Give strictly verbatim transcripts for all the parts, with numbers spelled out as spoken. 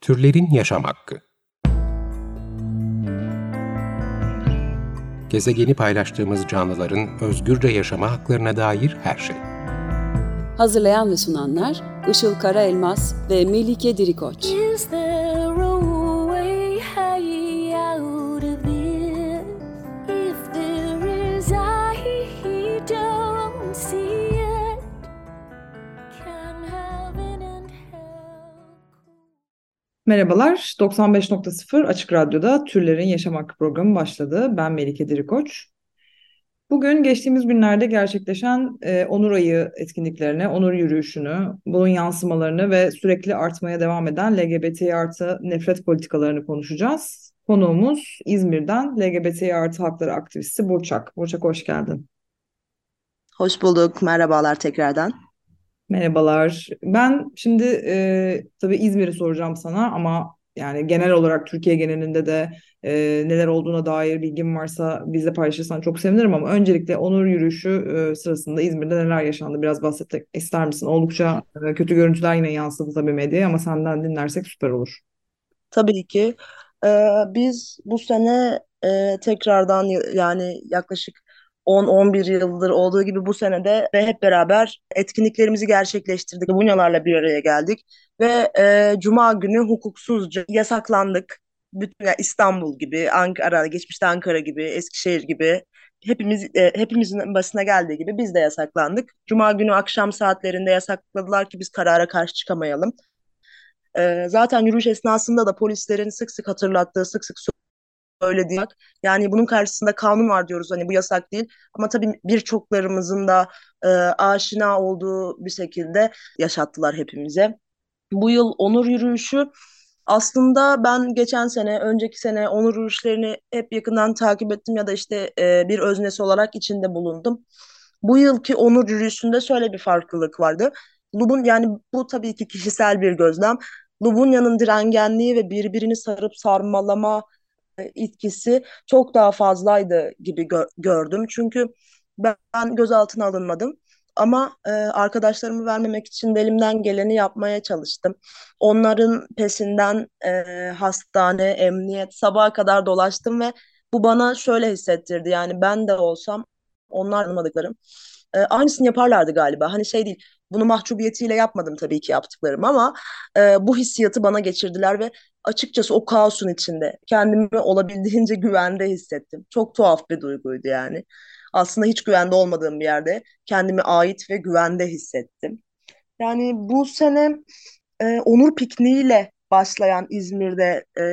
Türlerin yaşam hakkı. Gezegeni paylaştığımız canlıların özgürce yaşama haklarına dair her şey. Hazırlayan ve sunanlar Işıl Karaelmaz ve Melike Dirikoç. Merhabalar, doksan beş nokta sıfır Açık Radyo'da Türlerin Yaşam Hakkı programı başladı. Ben Melike Dirikoç. Bugün geçtiğimiz günlerde gerçekleşen e, Onur Ayı etkinliklerine, Onur Yürüyüşü'nü, bunun yansımalarını ve sürekli artmaya devam eden L G B T artı nefret politikalarını konuşacağız. Konuğumuz İzmir'den L G B T artı hakları aktivisti Burçak. Burçak hoş geldin. Hoş bulduk, merhabalar tekrardan. Merhabalar. Ben şimdi e, tabii İzmir'i soracağım sana ama yani genel olarak Türkiye genelinde de e, neler olduğuna dair bilgin varsa bizle paylaşırsan çok sevinirim ama öncelikle Onur Yürüyüşü e, sırasında İzmir'de neler yaşandı biraz bahsetmek ister misin? Oldukça e, kötü görüntüler yine yansıdı tabii medyaya ama senden dinlersek süper olur. Tabii ki Ee, biz bu sene e, tekrardan y- yani yaklaşık on on bir yıldır olduğu gibi bu senede ve hep beraber etkinliklerimizi gerçekleştirdik. Bunyalarla bir araya geldik ve e, Cuma günü hukuksuzca yasaklandık. Bütün yani İstanbul gibi, Ankara, geçmişte Ankara gibi, Eskişehir gibi hepimiz e, hepimizin başına geldiği gibi biz de yasaklandık. Cuma günü akşam saatlerinde yasakladılar ki biz karara karşı çıkamayalım. Ee, zaten yürüyüş esnasında da polislerin sık sık hatırlattığı, sık sık söylediği, yani bunun karşısında kanun var diyoruz, hani bu yasak değil. Ama tabii birçoklarımızın da e, aşina olduğu bir şekilde yaşattılar hepimize. Bu yıl onur yürüyüşü aslında ben geçen sene, önceki sene onur yürüyüşlerini hep yakından takip ettim ya da işte e, bir öznesi olarak içinde bulundum. Bu yılki onur yürüyüşünde şöyle bir farklılık vardı. Lubun yani bu tabii ki kişisel bir gözlem. Lubunya'nın direngenliği ve birbirini sarıp sarmalama e, etkisi çok daha fazlaydı gibi gö- gördüm. Çünkü ben gözaltına alınmadım. Ama e, arkadaşlarımı vermemek için de elimden geleni yapmaya çalıştım. Onların peşinden e, hastane, emniyet, sabaha kadar dolaştım ve bu bana şöyle hissettirdi. Yani ben de olsam onlar tanımadıklarım. E, aynısını yaparlardı galiba. Hani şey değil, bunu mahcubiyetiyle yapmadım tabii ki yaptıklarım ama e, bu hissiyatı bana geçirdiler ve açıkçası o kaosun içinde kendimi olabildiğince güvende hissettim. Çok tuhaf bir duyguydu yani. Aslında hiç güvende olmadığım bir yerde kendimi ait ve güvende hissettim. Yani bu sene e, Onur Pikniği'yle başlayan İzmir'de e,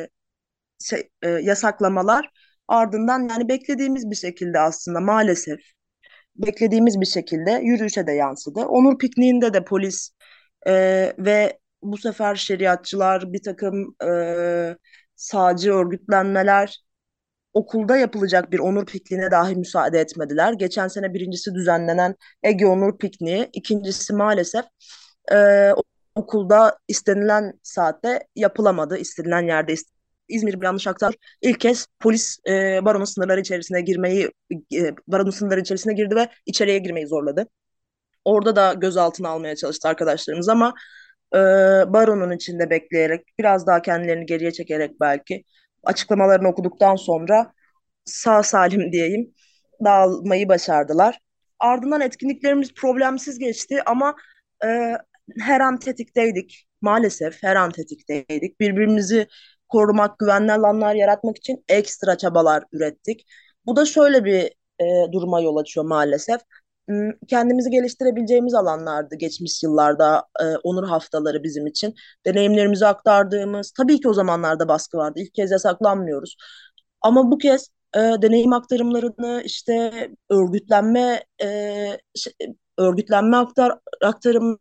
şey, e, yasaklamalar ardından yani beklediğimiz bir şekilde aslında maalesef beklediğimiz bir şekilde yürüyüşe de yansıdı. Onur Pikniği'nde de polis e, ve bu sefer şeriatçılar, bir takım e, sağcı örgütlenmeler okulda yapılacak bir onur pikniğine dahi müsaade etmediler. Geçen sene birincisi düzenlenen Ege Onur Pikniği, ikincisi maalesef e, okulda istenilen saatte yapılamadı, istenilen yerde. İzmir bir yanlış aktar. İlk kez polis e, baronun sınırları içerisine girmeyi, e, baronun sınırları içerisine girdi ve içeriye girmeyi zorladı. Orada da gözaltına almaya çalıştı arkadaşlarımız ama e, baronun içinde bekleyerek, biraz daha kendilerini geriye çekerek belki açıklamalarını okuduktan sonra sağ salim diyeyim dağılmayı başardılar. Ardından etkinliklerimiz problemsiz geçti ama e, her an tetikteydik. Maalesef her an tetikteydik. Birbirimizi korumak, güvenli alanlar yaratmak için ekstra çabalar ürettik. Bu da şöyle bir e, duruma yol açıyor maalesef. Hmm, Kendimizi geliştirebileceğimiz alanlardı geçmiş yıllarda e, onur haftaları bizim için. Deneyimlerimizi aktardığımız, tabii ki o zamanlarda baskı vardı. İlk kez yasaklanmıyoruz. Ama bu kez e, deneyim aktarımlarını işte örgütlenme e, şey, örgütlenme aktar aktarımlarını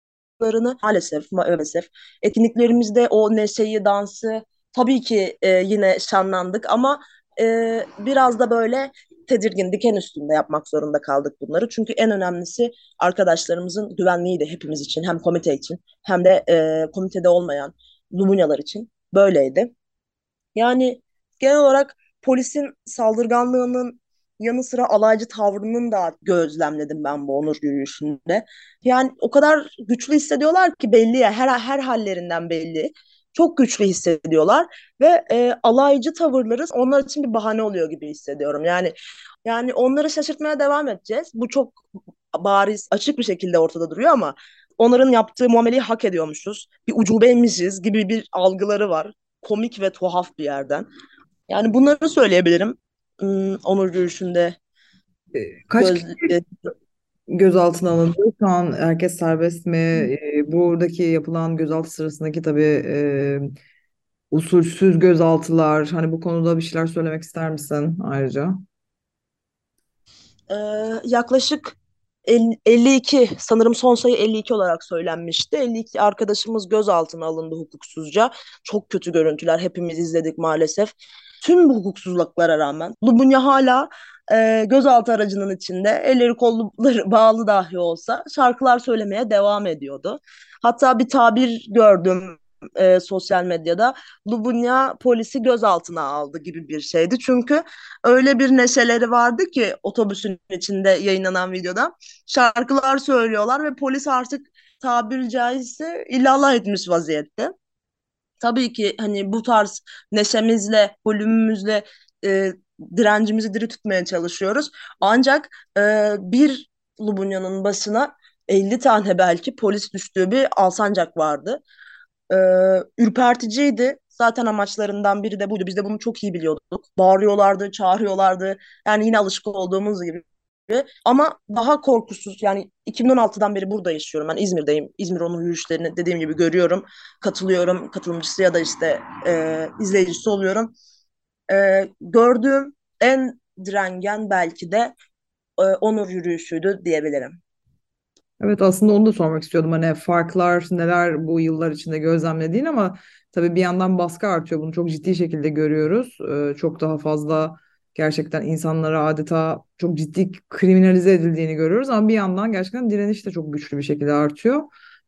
maalesef maalesef etkinliklerimizde o neşeyi, dansı tabii ki e, yine şanlandık ama e, biraz da böyle tedirgin, diken üstünde yapmak zorunda kaldık bunları. Çünkü en önemlisi arkadaşlarımızın güvenliğiydi hepimiz için. Hem komite için hem de e, komitede olmayan Lumunyalar için böyleydi. Yani genel olarak polisin saldırganlığının yanı sıra alaycı tavrının da gözlemledim ben bu onur yürüyüşünde. Yani o kadar güçlü hissediyorlar ki belli ya, her her hallerinden belli. çok güçlü hissediyorlar ve e, alaycı tavırları onlar için bir bahane oluyor gibi hissediyorum. Yani yani onları şaşırtmaya devam edeceğiz. Bu çok bariz, açık bir şekilde ortada duruyor ama onların yaptığı muameleyi hak ediyormuşuz. Bir ucubeymişiz gibi bir algıları var. Komik ve tuhaf bir yerden. Yani bunları söyleyebilirim. Hmm, onur yürüyüşünde E, Kaç göz, kişi e, gözaltına alındı? Şu an herkes serbest mi? E, buradaki yapılan gözaltı sırasındaki tabii e, usulsüz gözaltılar. Hani bu konuda bir şeyler söylemek ister misin ayrıca? e, yaklaşık elli elli iki, sanırım son sayı elli iki olarak söylenmişti. elli iki arkadaşımız gözaltına alındı hukuksuzca. Çok kötü görüntüler hepimiz izledik maalesef. Tüm bu hukuksuzluklara rağmen Lubunya hala e, gözaltı aracının içinde elleri kolları bağlı dahi olsa şarkılar söylemeye devam ediyordu. Hatta bir tabir gördüm e, sosyal medyada. Lubunya polisi gözaltına aldı gibi bir şeydi. Çünkü öyle bir neşeleri vardı ki otobüsün içinde yayınlanan videoda şarkılar söylüyorlar ve polis artık tabiri caizse illallah etmiş vaziyette. Tabii ki hani bu tarz neşemizle, volümümüzle e, direncimizi diri tutmaya çalışıyoruz. Ancak e, bir Lubunya'nın başına elli tane belki polis düştüğü bir Alsancak vardı. E, ürperticiydi. Zaten amaçlarından biri de buydu. Biz de bunu çok iyi biliyorduk. Bağırıyorlardı, çağırıyorlardı. Yani yine alışık olduğumuz gibi. Ama daha korkusuz, yani iki bin on altıdan beri burada yaşıyorum. Ben İzmir'deyim. İzmir onur yürüyüşlerini dediğim gibi görüyorum. Katılıyorum. Katılımcısı ya da işte e, izleyicisi oluyorum. E, gördüğüm en direngen belki de e, onur yürüyüşüydü diyebilirim. Evet, aslında onu da sormak istiyordum. Hani farklar neler bu yıllar içinde gözlemlediğin, ama tabii bir yandan baskı artıyor. Bunu çok ciddi şekilde görüyoruz. Ee, çok daha fazla gerçekten insanlara adeta çok ciddi kriminalize edildiğini görüyoruz. Ama bir yandan gerçekten direniş de çok güçlü bir şekilde artıyor.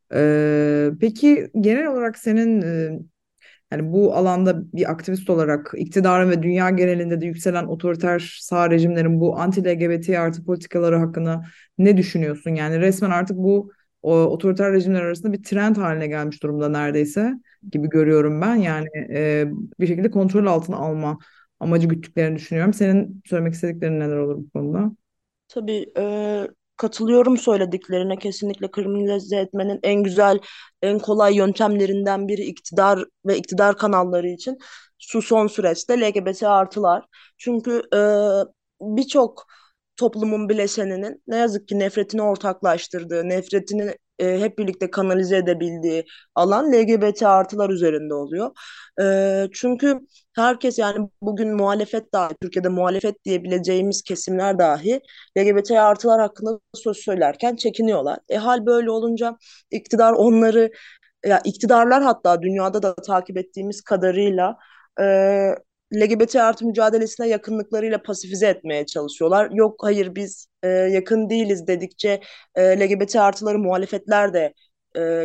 Ee, peki genel olarak senin e, yani bu alanda bir aktivist olarak iktidarın ve dünya genelinde de yükselen otoriter sağ rejimlerin bu anti-L G B T artı politikaları hakkında ne düşünüyorsun? Yani resmen artık bu o, otoriter rejimler arasında bir trend haline gelmiş durumda neredeyse gibi görüyorum ben. Yani e, bir şekilde kontrol altına alma amacı güttüklerini düşünüyorum. Senin söylemek istediklerin neler olur bu konuda? Tabii e, katılıyorum söylediklerine. Kesinlikle kriminalize etmenin en güzel, en kolay yöntemlerinden biri iktidar ve iktidar kanalları için şu son süreçte L G B T artılar. Çünkü e, birçok toplumun bileşeninin ne yazık ki nefretini ortaklaştırdığı, nefretini e, hep birlikte kanalize edebildiği alan L G B T artılar üzerinde oluyor. E, çünkü herkes, yani bugün muhalefet dahi, Türkiye'de muhalefet diyebileceğimiz kesimler dahi L G B T artılar hakkında söz söylerken çekiniyorlar. E hal böyle olunca iktidar onları, ya iktidarlar hatta dünyada da takip ettiğimiz kadarıyla e, L G B T artı mücadelesine yakınlıklarıyla pasifize etmeye çalışıyorlar. Yok hayır biz e, yakın değiliz dedikçe e, L G B T artıları muhalefetler de e,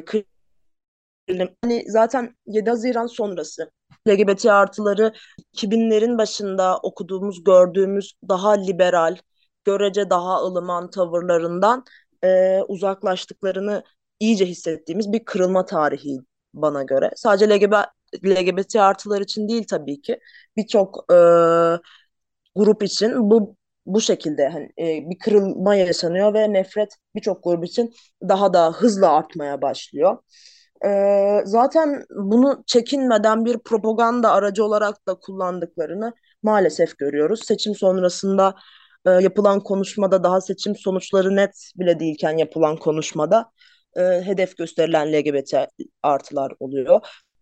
yani zaten yedi Haziran sonrası L G B T artıları iki binlerin başında okuduğumuz, gördüğümüz daha liberal, görece daha ılıman tavırlarından e, uzaklaştıklarını iyice hissettiğimiz bir kırılma tarihi bana göre. Sadece L G B T, L G B T artılar için değil tabii ki. Birçok e, grup için bu bu şekilde hani e, bir kırılma yaşanıyor ve nefret birçok grup için daha da hızla artmaya başlıyor. Ee, zaten bunu çekinmeden bir propaganda aracı olarak da kullandıklarını maalesef görüyoruz. Seçim sonrasında e, yapılan konuşmada, daha seçim sonuçları net bile değilken yapılan konuşmada e, hedef gösterilen L G B T artılar oluyor.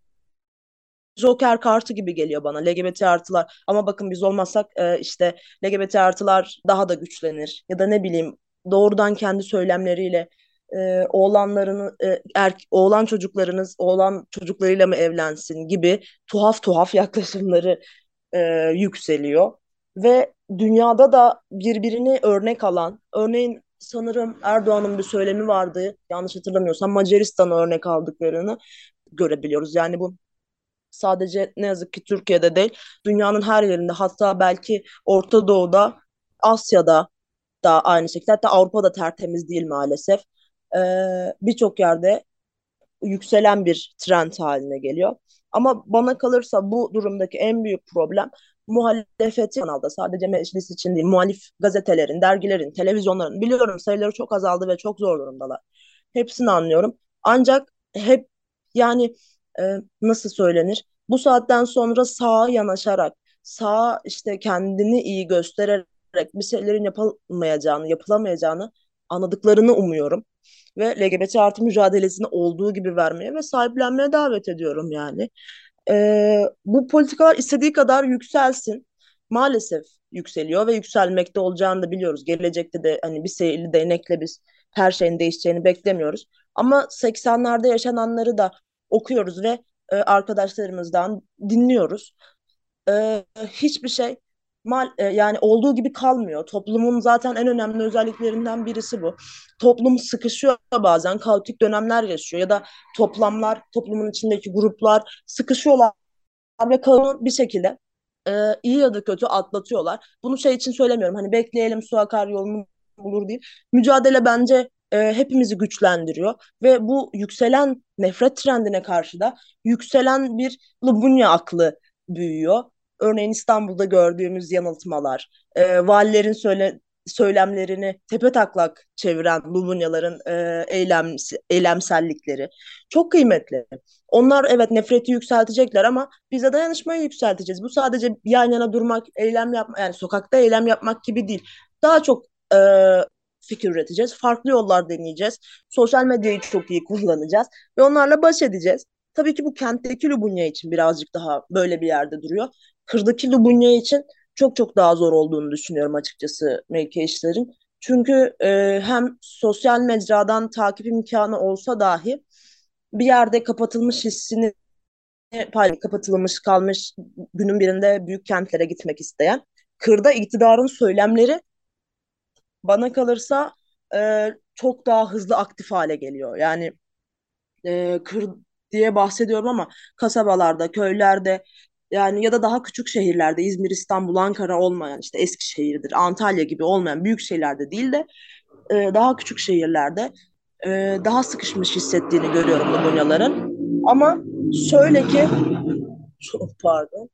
Joker kartı gibi geliyor bana L G B T artılar, ama bakın biz olmazsak e, işte L G B T artılar daha da güçlenir ya da ne bileyim doğrudan kendi söylemleriyle e, oğlanlarını e, er, oğlan çocuklarınız oğlan çocuklarıyla mı evlensin gibi tuhaf tuhaf yaklaşımları e, yükseliyor ve dünyada da birbirini örnek alan, örneğin sanırım Erdoğan'ın bir söylemi vardı, yanlış hatırlamıyorsam Macaristan'a örnek aldıklarını görebiliyoruz. Yani bu sadece ne yazık ki Türkiye'de değil, dünyanın her yerinde, hatta belki Orta Doğu'da, Asya'da da aynı şekilde, hatta Avrupa'da tertemiz değil maalesef. Ee, birçok yerde yükselen bir trend haline geliyor. Ama bana kalırsa bu durumdaki en büyük problem muhalefeti kanalda, sadece meclis için değil, muhalif gazetelerin, dergilerin, televizyonların, biliyorum sayıları çok azaldı ve çok zor durumdalar. Hepsini anlıyorum. Ancak hep yani e, nasıl söylenir? Bu saatten sonra sağa yanaşarak, sağa işte kendini iyi göstererek bir şeylerin yapılmayacağını, yapılamayacağını anladıklarını umuyorum. Ve L G B T artı mücadelesini olduğu gibi vermeye ve sahiplenmeye davet ediyorum yani. Ee, bu politikalar istediği kadar yükselsin. Maalesef yükseliyor ve yükselmekte olacağını da biliyoruz. Gelecekte de hani bir seyirli değnekle biz her şeyin değişeceğini beklemiyoruz. Ama seksenlerde yaşananları da okuyoruz ve e, arkadaşlarımızdan dinliyoruz. Ee, hiçbir şey mal e, yani olduğu gibi kalmıyor. Toplumun zaten en önemli özelliklerinden birisi bu. Toplum sıkışıyor, bazen kaotik dönemler yaşıyor ya da toplamlar, toplumun içindeki gruplar sıkışıyorlar ve kalanı bir şekilde e, iyi ya da kötü atlatıyorlar. Bunu şey için söylemiyorum. Hani bekleyelim su akar yolunu bulur değil. Mücadele bence e, hepimizi güçlendiriyor ve bu yükselen nefret trendine karşı da yükselen bir Lubunya aklı büyüyor. Örneğin İstanbul'da gördüğümüz yanıltmalar, e, valilerin söyle, söylemlerini tepetaklak çeviren Lubunyaların e, eylem, eylemsellikleri çok kıymetli. Onlar evet nefreti yükseltecekler ama biz de dayanışmayı yükselteceğiz. Bu sadece yan yana durmak, eylem yapmak, yani sokakta eylem yapmak gibi değil. Daha çok e, fikir üreteceğiz, farklı yollar deneyeceğiz. Sosyal medyayı çok iyi kullanacağız ve onlarla baş edeceğiz. Tabii ki bu kentteki Lubunya için birazcık daha böyle bir yerde duruyor. Kırdaki Lubunya için çok çok daha zor olduğunu düşünüyorum açıkçası Melike işlerin. Çünkü e, hem sosyal mecradan takip imkanı olsa dahi bir yerde kapatılmış hissini paylaşıp kapatılmış kalmış günün birinde büyük kentlere gitmek isteyen, kırda iktidarın söylemleri bana kalırsa e, çok daha hızlı aktif hale geliyor. Yani e, kır diye bahsediyorum ama kasabalarda, köylerde yani ya da daha küçük şehirlerde İzmir, İstanbul, Ankara olmayan işte Eskişehir'dir, Antalya gibi olmayan büyük şehirlerde değil de e, daha küçük şehirlerde e, daha sıkışmış hissettiğini görüyorum Lubunyaların. Ama şöyle ki çok pardon.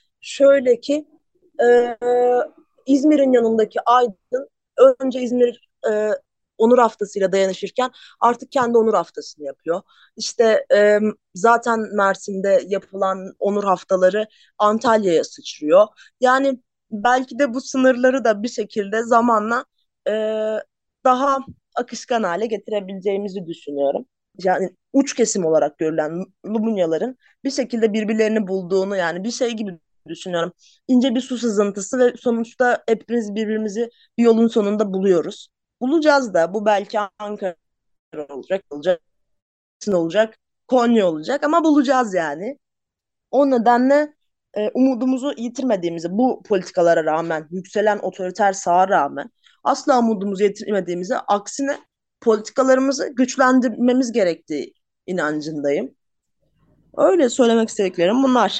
Şöyle ki e, İzmir'in yanındaki Aydın önce İzmir e, onur haftasıyla dayanışırken artık kendi onur haftasını yapıyor. İşte e, zaten Mersin'de yapılan onur haftaları Antalya'ya sıçrıyor. Yani belki de bu sınırları da bir şekilde zamanla e, daha akışkan hale getirebileceğimizi düşünüyorum. Yani uç kesim olarak görülen Lubunyaların bir şekilde birbirlerini bulduğunu, yani bir şey gibi düşünüyorum. İnce bir su sızıntısı ve sonuçta hepimiz birbirimizi bir yolun sonunda buluyoruz. Bulacağız da, bu belki Ankara olacak, olacak, olacak, Konya olacak ama bulacağız yani. O nedenle e, umudumuzu yitirmediğimizi, bu politikalara rağmen, yükselen otoriter sağa rağmen asla umudumuzu yitirmediğimizi, aksine politikalarımızı güçlendirmemiz gerektiği inancındayım. Öyle söylemek istediklerim bunlar.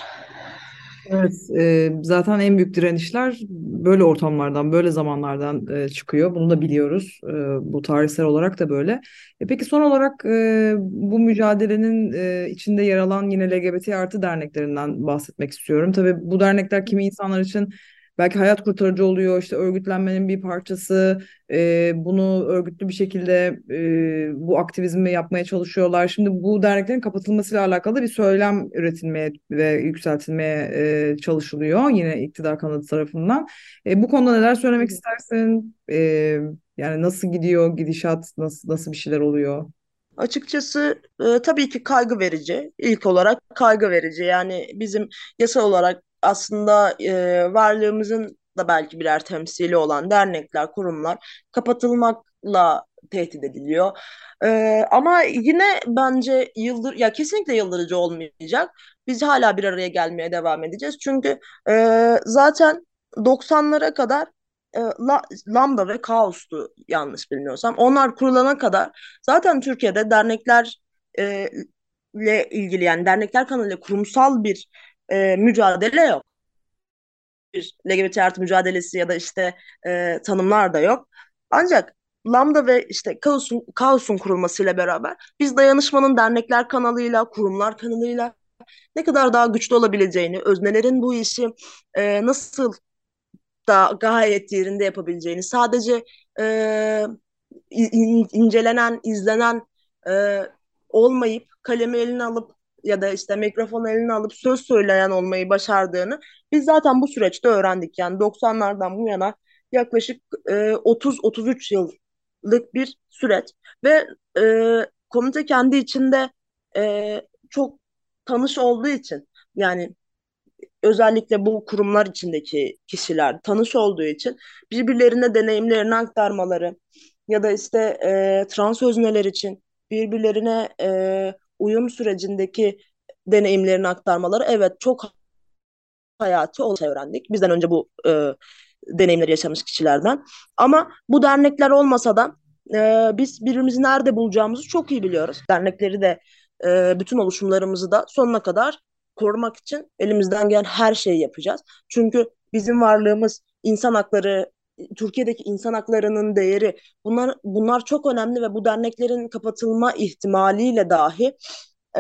Evet, e, zaten en büyük direnişler böyle ortamlardan, böyle zamanlardan e, çıkıyor. Bunu da biliyoruz. E, bu tarihsel olarak da böyle. E, peki son olarak e, bu mücadelenin e, içinde yer alan yine L G B T artı derneklerinden bahsetmek istiyorum. Tabii bu dernekler kimi insanlar için belki hayat kurtarıcı oluyor, işte örgütlenmenin bir parçası, e, bunu örgütlü bir şekilde e, bu aktivizmi yapmaya çalışıyorlar. Şimdi bu derneklerin kapatılmasıyla alakalı bir söylem üretilmeye ve yükseltilmeye e, çalışılıyor yine iktidar kanadı tarafından. E, bu konuda neler söylemek istersin? E, yani nasıl gidiyor gidişat, nasıl nasıl bir şeyler oluyor? Açıkçası e, tabii ki kaygı verici. İlk olarak kaygı verici. Yani bizim yasal olarak aslında e, varlığımızın da belki birer temsili olan dernekler, kurumlar kapatılmakla tehdit ediliyor. E, ama yine bence yıldır ya kesinlikle yıldırıcı olmayacak. Biz hala bir araya gelmeye devam edeceğiz. Çünkü e, zaten doksanlara kadar e, La- Lambda ve Kaos'tu yanlış bilmiyorsam. Onlar kurulana kadar zaten Türkiye'de dernekler e, ile ilgili, yani dernekler kanalıyla kurumsal bir e, mücadele yok. Bir L G B T artı mücadelesi ya da işte e, tanımlar da yok. Ancak Lambda ve işte Kaos'un, Kaos'un kurulmasıyla beraber biz dayanışmanın dernekler kanalıyla, kurumlar kanalıyla ne kadar daha güçlü olabileceğini, öznelerin bu işi e, nasıl da gayet yerinde yapabileceğini, sadece e, in- incelenen, izlenen e, olmayıp kalemi eline alıp ya da işte mikrofon eline alıp söz söyleyen olmayı başardığını biz zaten bu süreçte öğrendik. Yani doksanlardan bu yana yaklaşık e, otuz otuz üç yıllık bir süreç ve e, komite kendi içinde e, çok tanış olduğu için, yani özellikle bu kurumlar içindeki kişiler tanış olduğu için birbirlerine deneyimlerini aktarmaları ya da işte e, trans özneler için birbirlerine e, uyum sürecindeki deneyimlerini aktarmaları, evet, çok hayati olarak öğrendik. Bizden önce bu e, deneyimleri yaşamış kişilerden. Ama bu dernekler olmasa da e, biz birbirimizi nerede bulacağımızı çok iyi biliyoruz. Dernekleri de e, bütün oluşumlarımızı da sonuna kadar korumak için elimizden gelen her şeyi yapacağız. Çünkü bizim varlığımız, insan hakları, Türkiye'deki insan haklarının değeri, bunlar bunlar çok önemli ve bu derneklerin kapatılma ihtimaliyle dahi e,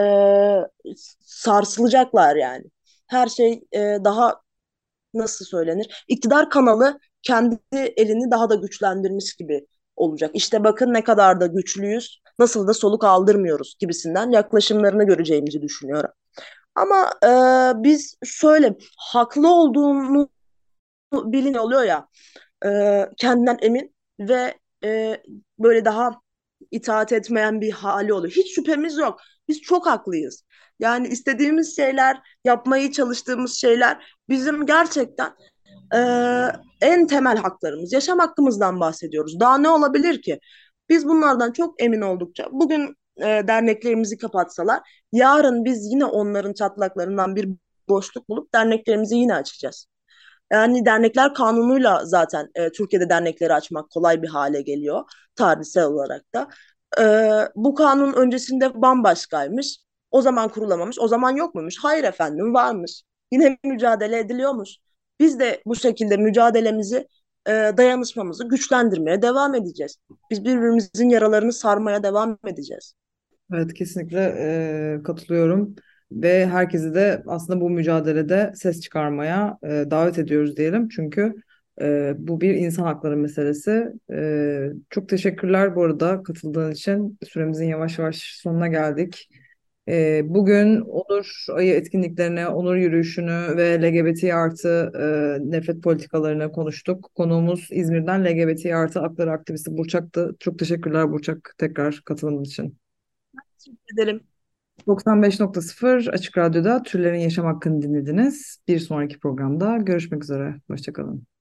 sarsılacaklar yani. Her şey e, daha, nasıl söylenir? İktidar kanalı kendi elini daha da güçlendirmiş gibi olacak. İşte bakın ne kadar da güçlüyüz, nasıl da soluk aldırmıyoruz gibisinden yaklaşımlarını göreceğimizi düşünüyorum. Ama e, biz şöyle haklı olduğunu bilin oluyor ya, e, kendinden emin ve e, böyle daha itaat etmeyen bir hali oluyor. Hiç şüphemiz yok. Biz çok haklıyız. Yani istediğimiz şeyler, yapmayı çalıştığımız şeyler bizim gerçekten e, en temel haklarımız. Yaşam hakkımızdan bahsediyoruz. Daha ne olabilir ki? Biz bunlardan çok emin oldukça bugün e, derneklerimizi kapatsalar, yarın biz yine onların çatlaklarından bir boşluk bulup derneklerimizi yine açacağız. Yani dernekler kanunuyla zaten e, Türkiye'de dernekleri açmak kolay bir hale geliyor tarihsel olarak da. E, Bu kanun öncesinde bambaşkaymış. O zaman kurulamamış. O zaman yok muymuş? Hayır efendim, varmış. Yine mücadele ediliyormuş. Biz de bu şekilde mücadelemizi, e, dayanışmamızı güçlendirmeye devam edeceğiz. Biz birbirimizin yaralarını sarmaya devam edeceğiz. Evet, kesinlikle e, katılıyorum ve herkesi de aslında bu mücadelede ses çıkarmaya e, davet ediyoruz diyelim. Çünkü e, bu bir insan hakları meselesi. E, çok teşekkürler bu arada katıldığın için. Süremizin yavaş yavaş sonuna geldik. E, bugün Onur Ayı etkinliklerine, Onur yürüyüşünü ve L G B T artı e, nefret politikalarını konuştuk. Konuğumuz İzmir'den L G B T artı hakları aktivisti Burçak'tı. Çok teşekkürler Burçak, tekrar katılımın için. Teşekkür ederim. doksan beş nokta sıfır Açık Radyo'da Türlerin Yaşam Hakkını dinlediniz. Bir sonraki programda görüşmek üzere. Hoşça kalın.